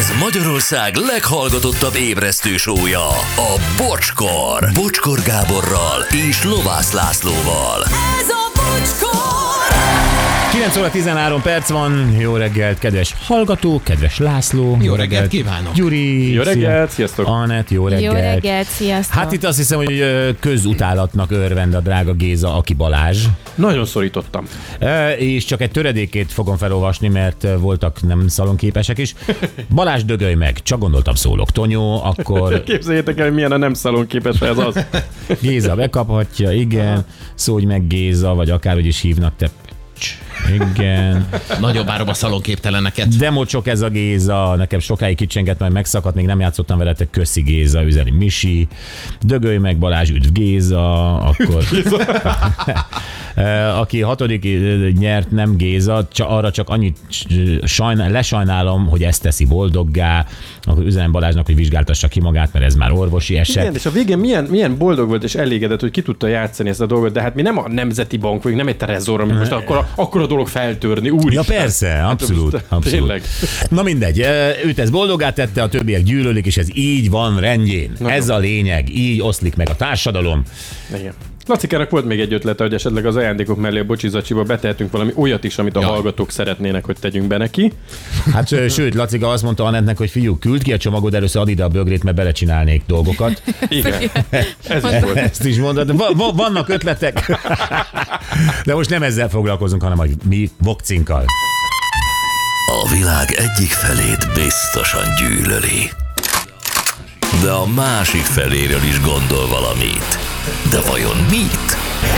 Ez Magyarország leghallgatottabb ébresztő show-ja, a Bocskor. Bocskor Gáborral és Lovász Lászlóval. Ez a Bocskor! 9 óra 13 perc van. Jó reggelt, kedves hallgató, kedves László. Jó reggelt kívánok. Gyuri. Jó reggelt, sziasztok. Anett, jó reggelt. Jó reggelt, sziasztok. Hát itt azt hiszem, hogy közutálatnak örvend a drága Géza, aki Balázs. Nagyon szorítottam. És csak egy töredékét fogom felolvasni, mert voltak nem szalonképesek is. Balázs, dögölj meg, csak gondoltam szólok. Tonyó, akkor... Képzeljétek el, milyen a nem szalonképes ez az. Géza bekaphatja, igen. Szólj meg Géza, vagy akárhogy is hívnak, te... Igen. Nagyon várom a szalonképteleneket. Democsok ez a Géza, nekem sokáig kicsengett, majd megszakadt, még nem játszottam veletek, köszi Géza, üzeni Misi. Dögölj meg Balázs, üdv Géza, akkor... Aki hatodik nyert, nem Géza, arra csak annyit lesajnálom, hogy ezt teszi boldoggá, akkor üzenem Balázsnak, hogy vizsgáltassa ki magát, mert ez már orvosi eset. Igen, és a végén milyen boldog volt és elégedett, hogy ki tudta játszani ezt a dolgot, de hát mi nem a Nemzeti Bank vagyunk, nem egy Trezor, ami most akkor a dolog feltörni. Ja persze, abszolút. Tényleg. Na mindegy, őt ez boldoggá tette, a többiek gyűlölik, és ez így van rendjén. Ez a lényeg, így oszlik meg a társadalom. Igen. Lacikának volt még egy ötlete, hogy esetleg az ajándékok mellé a bocsizacsiba betehetünk valami olyat is, amit a hallgatók szeretnének, hogy tegyünk be neki. Hát sőt, Lacika azt mondta Anettnek, hogy fiú, küld ki a csomagod, először add ide a bögrét, mert belecsinálnék dolgokat. Igen, ez is volt. Ezt is mondod. Vannak ötletek. De most nem ezzel foglalkozunk, hanem a mi vokcinkkal. A világ egyik felét biztosan gyűlöli, de a másik feléről is gondol valamit. De vajon mit?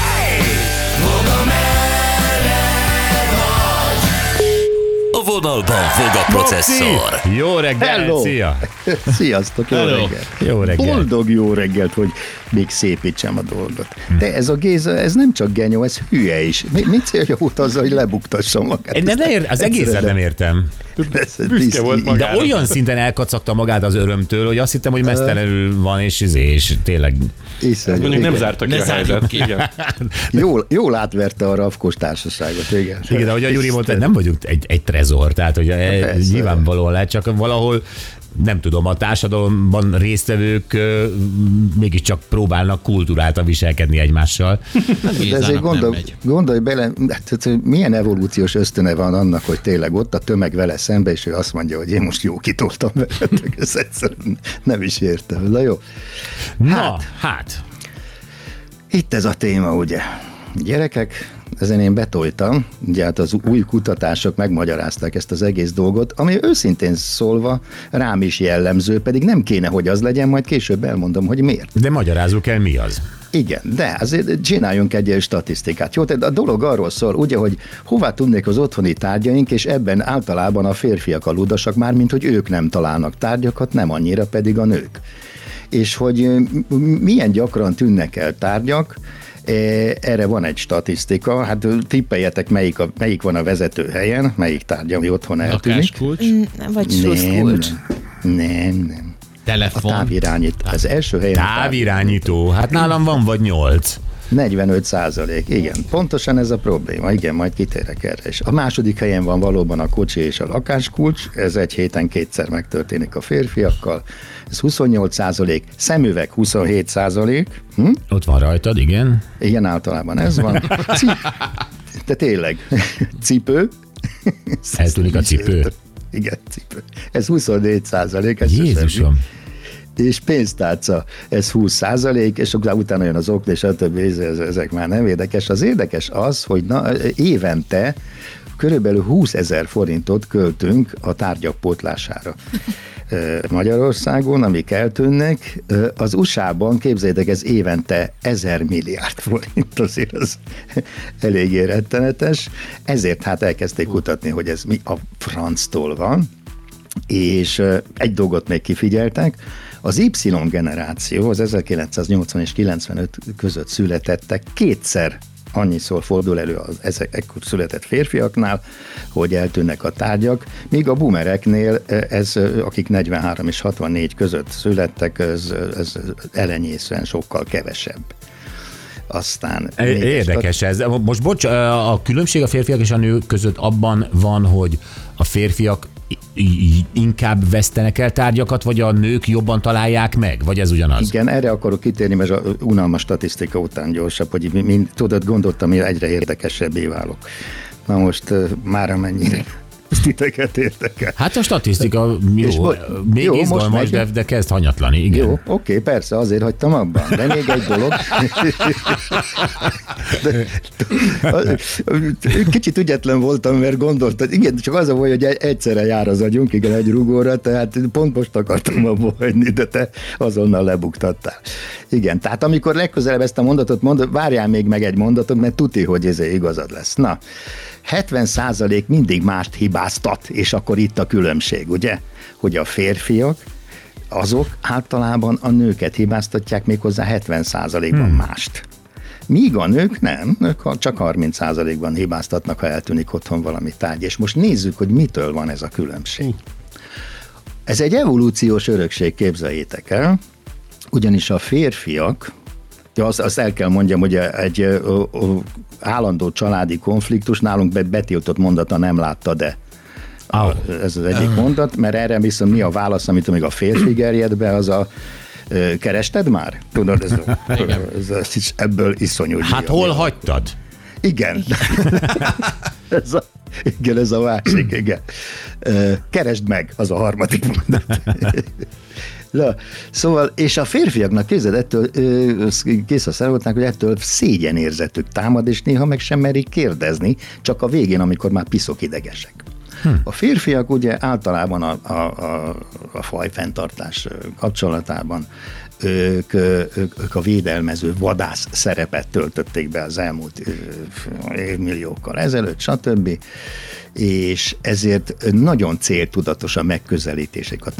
A vonalban fog a processzor. Jó reggel, Hello. szia! Sziasztok, jó reggelt. Jó reggelt. Boldog jó reggelt, hogy még szépítsem a dolgot. De ez a Géza, ez nem csak genyó, ez hülye is. Mi célja volt azzal, hogy lebuktassa magát? Az egészet nem értem. Büszke volt De magára. olyan szinten elkacagta magát az örömtől, hogy azt hittem, hogy mesztelenül van, és tényleg... Mondjuk nem zárta ki Ne a zárjuk helyzet. ki. Igen. Jól átverte a rafkos társaságot, igen. Igen, de ahogy a Gyuri mondta, nem vagyunk egy trezor, tehát hogy nyilvánvalóan lehet, csak valahol nem tudom, a társadalomban résztvevők mégiscsak próbálnak kultúráltan viselkedni egymással. De ezért gondolj bele, hogy milyen evolúciós ösztöne van annak, hogy tényleg ott a tömeg vele szembe, és ő azt mondja, hogy én most jó kitoltam veletek, ez egyszerűen nem is értem. Na jó. Hát. Itt ez a téma, ugye. Gyerekek, ezen én betoltam, ugye hát az új kutatások megmagyarázták ezt az egész dolgot, ami őszintén szólva rám is jellemző, pedig nem kéne, hogy az legyen, majd később elmondom, hogy miért. De magyarázzuk el, mi az. Igen, de azért csináljunk egy statisztikát. Jó, tehát a dolog arról szól, ugye, hogy hová tudnék az otthoni tárgyaink, és ebben általában a férfiak a ludasak, mármint hogy ők nem találnak tárgyakat, nem annyira pedig a nők. És hogy milyen gyakran tűnnek el tárgyak, erre van egy statisztika, hát tippeljetek, melyik van a vezető helyen, melyik tárgy, ami otthon eltűnik. Lakáskulcs, Vagy sluszkulcs. Nem. telefon. A távirányító. Az első helyen Távirányító. Hát nálam van vagy 8. 45%, igen. Pontosan ez a probléma, igen, majd kitérek erre. És a második helyen van valóban a kocsi és a lakáskulcs, ez egy héten 2-szer megtörténik a férfiakkal, ez 28%, szemüveg 27%, Ott van rajtad, igen. igen, általában ez van. De tényleg, cipő. Eltűnik a cipő. Igen, cipő. Ez 24%, ez Jézusom. és pénztárca, ez 20%, és utána jön az okni, és a többi, ezek már nem érdekes. Az érdekes az, hogy évente körülbelül 20 000 forintot költünk a tárgyak pótlására. Magyarországon, amik eltűnnek, az USA-ban, képzeljétek, ez évente 1000 milliárd forint, azért az eléggé rettenetes. Ezért hát elkezdték kutatni, hogy ez mi a franctól van, és egy dolgot még kifigyeltek, az Y generáció, az 1980 és 95 között születettek kétszer annyiszor fordul elő az ekkor született férfiaknál, hogy eltűnnek a tárgyak, míg a boomereknél, akik 43 és 64 között születtek, ez elenyészően sokkal kevesebb. Aztán érdekes ez. Most bocs, a különbség a férfiak és a nők között abban van, hogy a férfiak inkább vesztenek el tárgyakat, vagy a nők jobban találják meg? Vagy ez ugyanaz? Igen, erre akarok kitérni, mert a unalmas statisztika után gyorsabb, hogy tudod, gondoltam, hogy egyre érdekesebbé válok. Na most már amennyire ezt titeket érdekel. Hát a statisztika jó, még jó, izgalmas, de kezd hanyatlani, igen. Jó, oké, persze, azért hagytam abban. De még egy dolog. Kicsit ügyetlen voltam, mert gondoltad, igen, csak az a baj, hogy egyszerre jár az agyunk, igen, egy rugóra, tehát pont most akartam abba hagyni, de te azonnal lebuktattál. Igen, tehát amikor legközelebb ezt a mondatot mondod, várjál még meg egy mondatot, mert tuti, hogy ez igazad lesz. Na, 70% mindig mást hibáztat, és akkor itt a különbség, ugye? Hogy a férfiak, azok általában a nőket hibáztatják méghozzá 70%-ban mást. Míg a nők nem, nők csak 30%-ban hibáztatnak, ha eltűnik otthon valami tárgy. És most nézzük, hogy mitől van ez a különbség. Ez egy evolúciós örökség, képzeljétek el, ugyanis a férfiak, azt el kell mondjam, hogy egy állandó családi konfliktus nálunk betiltott mondata nem látta, de ez az egyik mondat, mert erre viszont mi a válasz, amit még a férfi gerjed be, az a kerested már? Tudod, ez ebből iszonyú. Hát hol hagytad? Igen. Ez a másik, igen. Keresd meg, az a harmadik mondat. Na, szóval, és a férfiaknak képzeld, ettől kész a szervezetnek, hogy ettől szégyenérzetük támad, és néha meg sem merik kérdezni, csak a végén, amikor már piszok idegesek. A férfiak ugye általában a fajfenntartás kapcsolatában ők a védelmező vadász szerepet töltötték be az elmúlt évmilliókkal ezelőtt, stb. És ezért nagyon céltudatos a megközelítések a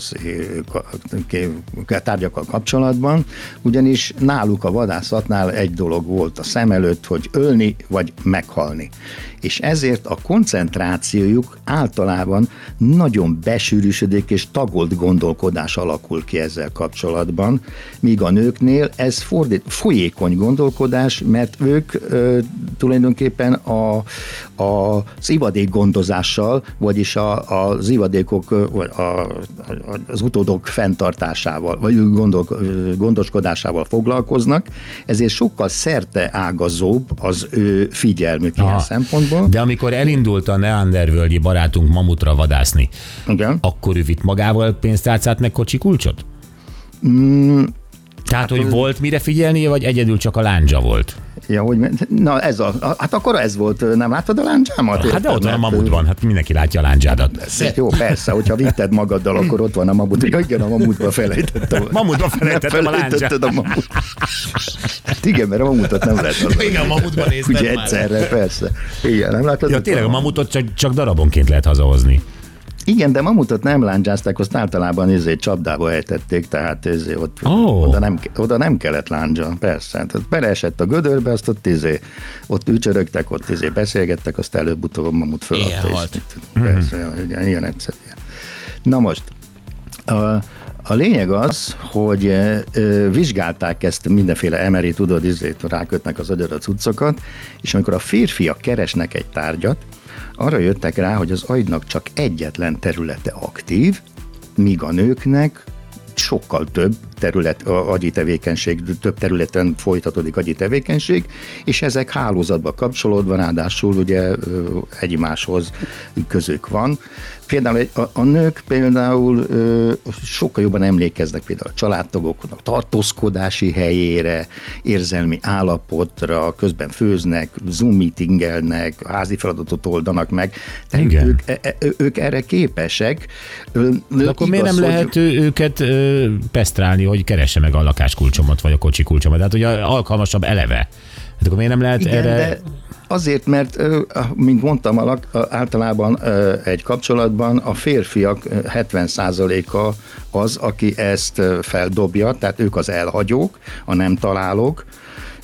tárgyakkal kapcsolatban, ugyanis náluk a vadászatnál egy dolog volt a szem előtt, hogy ölni vagy meghalni. És ezért a koncentrációjuk általában nagyon besűrűsödik és tagolt gondolkodás alakul ki ezzel kapcsolatban, míg a nőknél ez folyékony gondolkodás, mert ők tulajdonképpen az ivadék gondozással, vagyis az ivadékok, vagy az utódok fenntartásával, vagy gondoskodásával foglalkoznak, ezért sokkal szerte ágazóbb az ő figyelmük ilyen szempontból. De amikor elindult a neandervölgyi barátunk mamutra vadászni, igen, akkor ő vitt magával pénztárcát meg kocsi kulcsot? Tehát, hogy volt mire figyelnie, vagy egyedül csak a lándzsa volt? Ja, hogy na hát akkor ez volt, nem láttad a lándzsámat? Hát de ott van a mamutban, hát mindenki látja a lándzsádat. Jó, persze, hogyha vitted magaddal, akkor ott van a mamut. Igen, a mamutba felejtettem. Mamutba felejtettem a lándzsát. Hát igen, mert a mamutot nem lehet az. Igen, a mamutban nézted ugye már. egyszerre, persze. Igen, nem látod? Ja, tényleg a mamutot csak darabonként lehet hazahozni. Igen, de mamutot nem lándzsázták, azt általában csapdába ejtették, tehát ott, oda nem kellett lándzsa, persze. Tehát beleesett a gödörbe, azt ott ücsörögtek, ott beszélgettek, azt előbb-utóbb a mamut föladta. Persze, igen, ilyen egyszerűen. Na most, a lényeg az, hogy vizsgálták ezt mindenféle emeri, tudod, rákötnek az agyara cuccokat, és amikor a férfiak keresnek egy tárgyat, arra jöttek rá, hogy az agynak csak egyetlen területe aktív, míg a nőknek sokkal több agyi tevékenység, több területen folytatódik agyi tevékenység, és ezek hálózatba kapcsolódva, ráadásul ugye egymáshoz közük van. Például a nők például sokkal jobban emlékeznek például a családtagoknak tartózkodási helyére, érzelmi állapotra, közben főznek, Zoom meetingelnek, házi feladatot oldanak meg. Ők erre képesek. De akkor miért nem lehet őket pesztrálni, hogy keresse meg a lakáskulcsomat, vagy a kocsi kulcsomat? Tehát ugye alkalmasabb eleve. Hát akkor miért nem lehet erre... De azért, mert, mint mondtam, általában egy kapcsolatban a férfiak 70%-a az, aki ezt feldobja, tehát ők az elhagyók, a nem találók,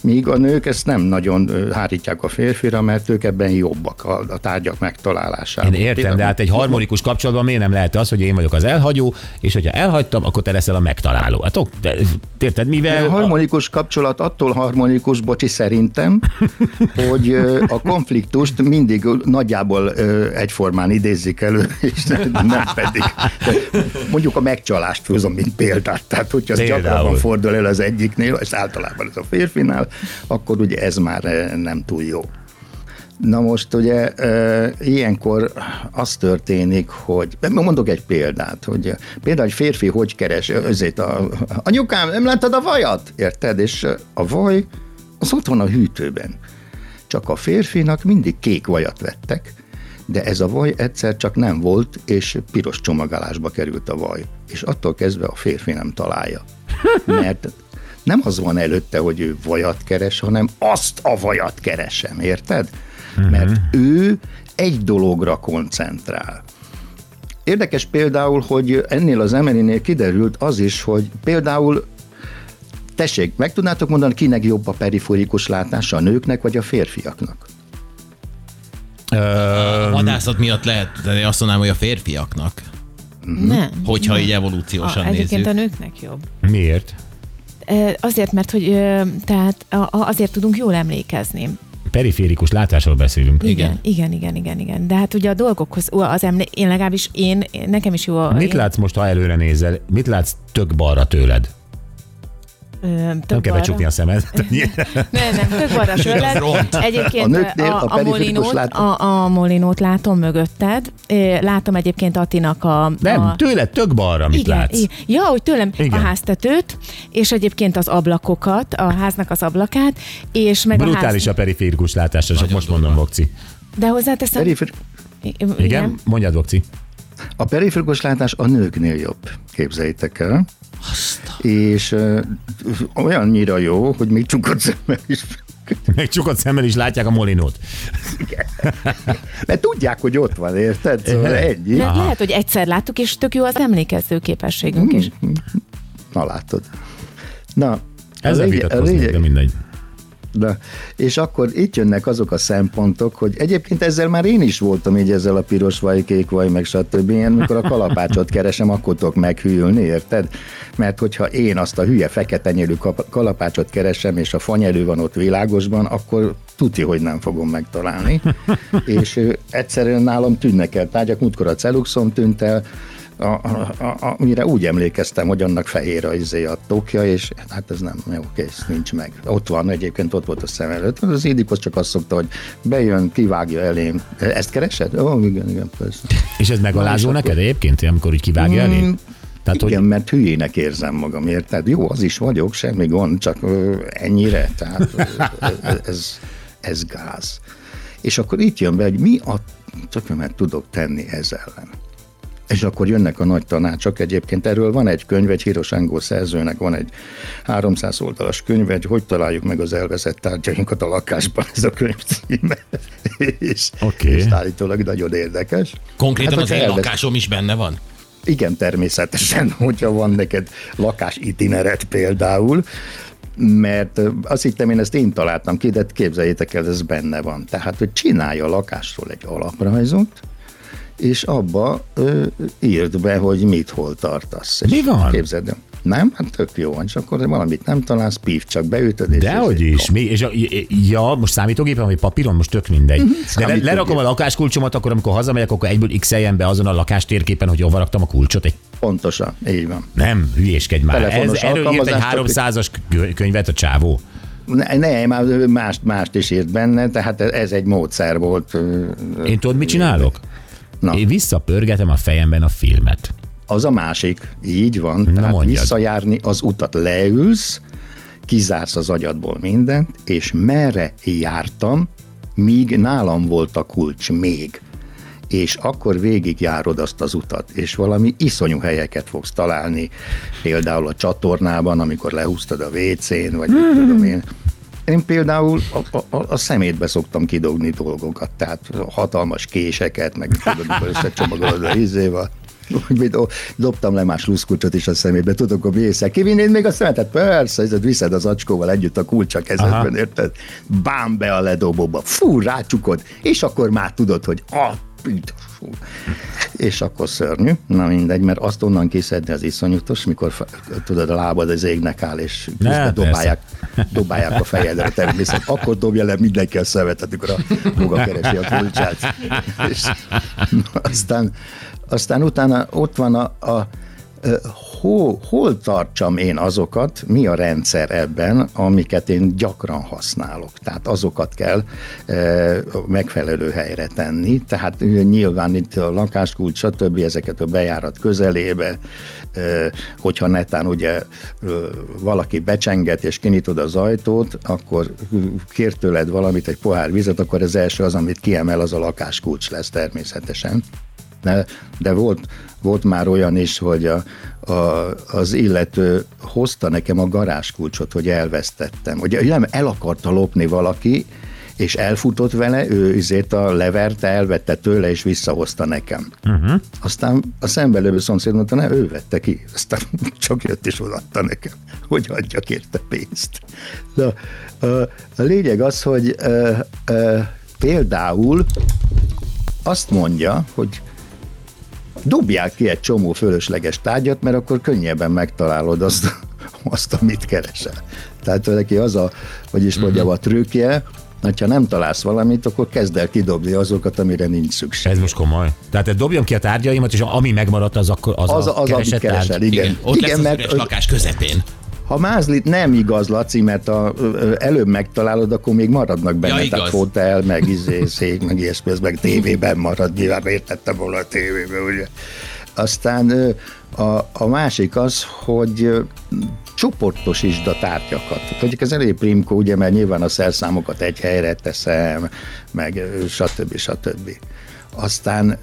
Míg a nők ezt nem nagyon hárítják a férfira, mert ők ebben jobbak a tárgyak megtalálásában. Én értem, de hát egy harmonikus kapcsolatban miért nem lehet az, hogy én vagyok az elhagyó, és hogyha elhagytam, akkor te leszel a megtaláló. Hát érted, mivel... A harmonikus kapcsolat attól harmonikus, bocsi, szerintem, hogy a konfliktust mindig nagyjából egyformán idézik elő, és nem pedig. Mondjuk a megcsalást hozom, mint példát. Tehát, hogyha ez gyakrabban fordul el az egyiknél, és általában ez a férfinál, akkor ugye ez már nem túl jó. Na most ugye ilyenkor az történik, hogy mondok egy példát, hogy például egy férfi hogy keres özét anyukám, nem láttad a vajat? Érted? És a vaj az ott van a hűtőben. Csak a férfinak mindig kék vajat vettek, de ez a vaj egyszer csak nem volt, és piros csomagolásba került a vaj. És attól kezdve a férfi nem találja. Mert nem az van előtte, hogy ő vajat keres, hanem azt a vajat keresem, érted? Mert ő egy dologra koncentrál. Érdekes például, hogy ennél az Emerynél kiderült az is, hogy például tessék, meg tudnátok mondani, kinek jobb a periférikus látása, a nőknek vagy a férfiaknak? A vadászat miatt lehet, de azt mondanám, hogy a férfiaknak. Nem. Hogyha így evolúciósan nézzük. Egyébként a nőknek jobb. Miért? Azért, mert hogy tehát azért tudunk jól emlékezni. Periférikus látásról beszélünk. Igen. De hát ugye a dolgokhoz, én legalábbis nekem is jó. Mit látsz most, ha előre nézel? Mit látsz tök balra tőled? Nem kell becsukni a szemed. Nem, tök balra tőled. Egyébként a Molinót látom mögötted. Látom egyébként Attinak Nem, tőled tök balra mit látsz? Ja, hogy tőlem a háztetőt, és egyébként az ablakokat, a háznak az ablakát, és meg brutális a periférikus látásra, csak most mondom, Vokci. De hozzáteszem... Igen? Mondjad, Vokci. A periférikus látás a nőknél jobb, képzeljétek el. És olyannyira jó, hogy még csukott szemmel is. Még csukott szemmel is látják a Molinót. Mert tudják, hogy ott van, érted? Szóval ennyi. Lehet, hogy egyszer láttuk, és tök jó az emlékező képességünk is. Na látod. Na, ezzel vitatkoznék, de mindegy. De, és akkor itt jönnek azok a szempontok, hogy egyébként ezzel már én is voltam így ezzel a piros vaj, kék vaj, meg stb. Ilyen, mikor a kalapácsot keresem, akkor tudok meghűlni, érted? Mert hogyha én azt a hülye fekete nyelű kalapácsot keresem, és a fanyelő van ott világosban, akkor tudja, hogy nem fogom megtalálni. És egyszerűen nálam tűnnek el tárgyak, múltkor a celuxom tűnt el, amire úgy emlékeztem, hogy annak fehér a tokja, és hát ez nem jó, kész, nincs meg. Ott van, egyébként ott volt a szem előtt. Az Édipus csak azt szokta, hogy bejön, kivágja elém. Ezt keresed? Igen, persze. És ez megalázó neked egyébként, amikor úgy kivágja elém? Tehát, igen, hogy... mert hülyének érzem magam, érted? Jó, az is vagyok, semmi gond, csak ennyire, tehát ez gáz. És akkor itt jön be, hogy mi a tökömet tudok tenni ez ellen. És akkor jönnek a nagy tanácsok. Egyébként erről van egy könyv, egy Hiroshi Engō szerzőnek van egy 300 oldalas könyv, hogy találjuk meg az elveszett tárgyainkat a lakásban, ez a könyv címe. és állítólag nagyon érdekes. Konkrétan hát, az én lakásom is benne van? Igen, természetesen, hogyha van neked lakásitinerett például, mert azt hittem, én ezt én találtam ki, de képzeljétek el, ez benne van. Tehát, hogy csinálja a lakásról egy alaprajzot, és abba írd be, hogy mit, hol tartasz. Mi van? Képzeld el. Nem? Hát tök jó van, és akkor valamit nem találsz, pív, csak beütöd. Dehogy is. Most számítógépen, vagy papíron, most tök mindegy. De lerakom a lakáskulcsomat, akkor amikor hazamegyek, akkor egyből x-eljem be azon a lakástérképen, hogy hova raktam a kulcsot. Pontosan, így van. Nem, hülyéskedj már. Erről írt egy 300-as könyvet a csávó. Mást is írt benne, tehát ez egy módszer volt. Én tudod, mit csinálok? Na. Én visszapörgetem a fejemben a filmet. Az a másik, így van. Tehát visszajárni az utat, leülsz, kizársz az agyadból mindent, és merre jártam, míg nálam volt a kulcs még. És akkor végigjárod azt az utat, és valami iszonyú helyeket fogsz találni, például a csatornában, amikor lehúztad a WC-n, vagy mit tudom én. Én például a szemétbe szoktam kidobni dolgokat, tehát hatalmas késeket, meg tudod, összecsomagolod a ízével. Dobtam le már sluszkulcsot is a szemébe, tudok, hogy észre. Kivinnéd még a szemetet? Persze, ez viszed az acskóval együtt a kulcs a kezedben, érted? Bám be a ledobóba, fú, rácsukod, és akkor már tudod, hogy és akkor szörnyű, na mindegy, mert azt onnan kiszedni az iszonyútos, mikor tudod, a lábad az égnek áll, és dobálják a fejedre természet, akkor dobja le mindenki a szemetet, amikor a maga keresi a kulcsát. És aztán utána ott van hol tartsam én azokat, mi a rendszer ebben, amiket én gyakran használok. Tehát azokat kell megfelelő helyre tenni. Tehát nyilván itt a lakáskulcs, stb. Ezeket a bejárat közelébe, hogyha netán ugye valaki becsenget és kinyitod az ajtót, akkor kér tőled valamit, egy pohár vizet, akkor az első az, amit kiemel, az a lakáskulcs lesz természetesen. De volt már olyan is, hogy az illető hozta nekem a garázskulcsot, hogy elvesztettem. Ugye nem el akarta lopni valaki, és elfutott vele, ő a leverte, elvette tőle, és visszahozta nekem. Uh-huh. Aztán a szembelévő szomszéd mondta, ne, ő vette ki. Aztán csak jött és odaadta nekem, hogy adjak érte pénzt. De a lényeg az, hogy például azt mondja, hogy dobják ki egy csomó fölösleges tárgyat, mert akkor könnyebben megtalálod azt amit keresel. Tehát neki az hogy is mondjam, a trükkje, hogyha nem találsz valamit, akkor kezd el kidobni azokat, amire nincs szükség. Ez most komoly. Tehát dobjam ki a tárgyaimat, és ami megmaradt, az akkor az amit keresel, igen. Ott igen, lesz az üres lakás közepén. Ha mázlit, nem igaz, Laci, mert előbb megtalálod, akkor még maradnak benne, ja, tehát fotel, meg szék, meg ilyesmi, ez meg tévében marad, nyilván értettem volna a tévében, ugye. Aztán a másik az, hogy csoportosítsd a tárgyakat. Mondjuk ez elég primkó, ugye, mert nyilván a szerszámokat egy helyre teszem, meg stb. Aztán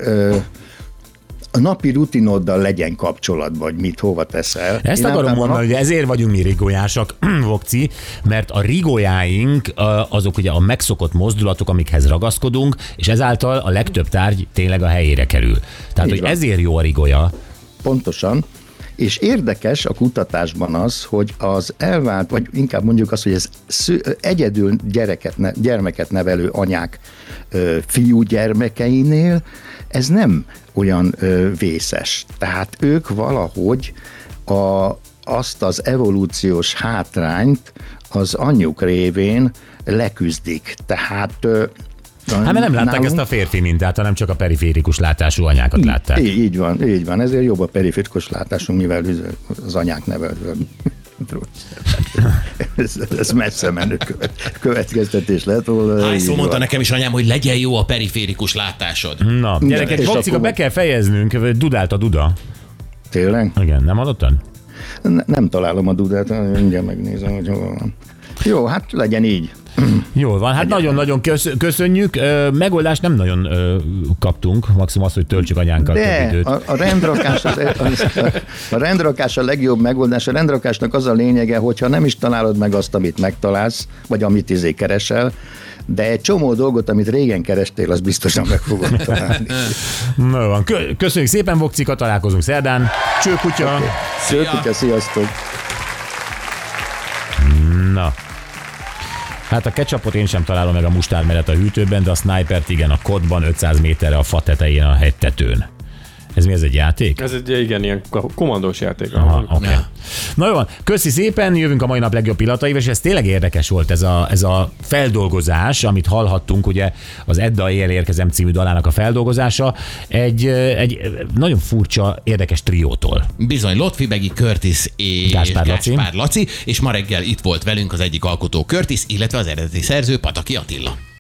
a napi rutinoddal legyen kapcsolatban, hogy mit hova teszel. Ezt akarom mondani, hogy ezért vagyunk mi rigójásak, Vokci, mert a rigójáink azok ugye a megszokott mozdulatok, amikhez ragaszkodunk, és ezáltal a legtöbb tárgy tényleg a helyére kerül. Tehát, hogy ezért jó a rigója. Pontosan. És érdekes a kutatásban az, hogy az elvált, vagy inkább mondjuk azt, hogy ez egyedül gyermeket nevelő anyák fiú gyermekeinél, ez nem olyan vészes. Tehát ők valahogy azt az evolúciós hátrányt az anyjuk révén leküzdik. Tehát hát mert nem látták ezt a férfi mintát, hanem csak a periférikus látású anyákat látták. Így van. Ezért jobb a periférikus látásunk, mivel az anyák nevelő. Ez messze menő következtetés lett volna. Hányszor mondta nekem is anyám, hogy legyen jó a periférikus látásod. Na, gyerekek, Vokcika, be kell fejeznünk, dudált a duda. Tényleg? Igen, nem hallottad? Nem találom a dudát, mindjárt megnézem, hogy hol van. Jó, hát legyen így. Jól van, hát nagyon-nagyon köszönjük. Megoldást nem nagyon kaptunk, maximum az, hogy töltsük anyánkkal több időt. A rendrakás a legjobb megoldás. A rendrakásnak az a lényege, hogyha nem is találod meg azt, amit megtalálsz, vagy amit keresel, de egy csomó dolgot, amit régen kerestél, az biztosan meg fogod találni. Na van, köszönjük szépen, Vokcika, találkozunk szerdán. Csőkutya! Okay. Csőkutya, sziasztok! Na. Hát a ketchupot én sem találom meg a mustármeret a hűtőben, de a snipert igen, a kodban 500 méterre a fa tetején a hegytetőn. Ez mi, ez egy játék? Ez egy igen, ilyen kommandós játék. Aha, okay. Na jó van, köszi szépen, jövünk a mai nap legjobb pillanataival, és ez tényleg érdekes volt ez a feldolgozás, amit hallhattunk, ugye az Edda éjjel érkezem című dalának a feldolgozása, egy nagyon furcsa, érdekes triótól. Bizony, Lotfi Begi, Curtis és Gáspár Laci, és ma reggel itt volt velünk az egyik alkotó Curtis, illetve az eredeti szerző Pataki Attila.